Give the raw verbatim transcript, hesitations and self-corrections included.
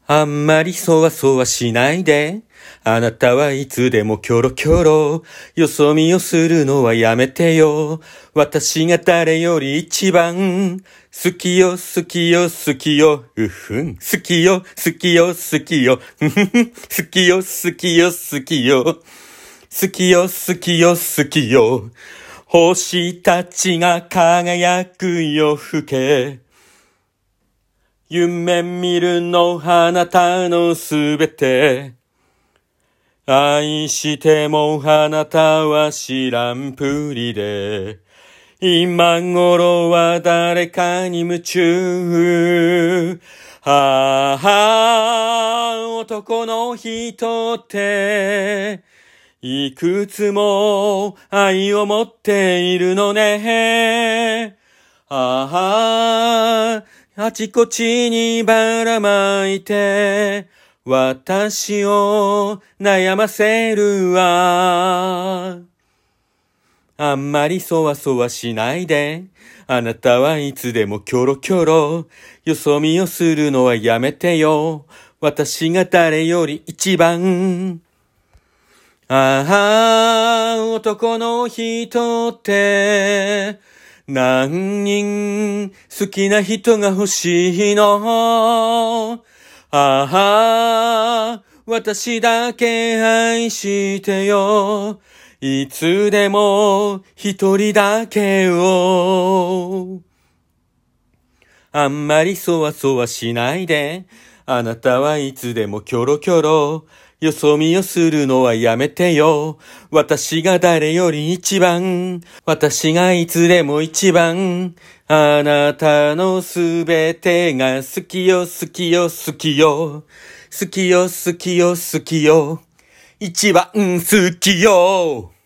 あんまりそわそわしないで。あなたはいつでもキョロキョロ。よそ見をするのはやめてよ。私が誰より一番好きよ好きよ好きよ。うふん。好きよ好きよ好きよ。ふふふ。好きよ好きよ好きよ。好きよ好きよ好きよ。星たちが輝く夜更け。夢見るのあなたのすべて。愛してもあなたは知らんぷりで。今頃は誰かに夢中。ああ、男の人っていくつも愛を持っているのね。ああ、あちこちにばらまいて私を悩ませるわ。あんまりそわそわしないで。あなたはいつでもキョロキョロ。よそ見をするのはやめてよ。私が誰より一番。ああ、男の人って何人好きな人が欲しいの。ああ、私だけ愛してよ。いつでも一人だけを。あんまりそわそわしないで。あなたはいつでもキョロキョロ。よそ見をするのはやめてよ。私が誰より一番。私がいつでも一番。あなたのすべてが好きよ好きよ好きよ。好きよ好きよ好きよ。一番好きよ。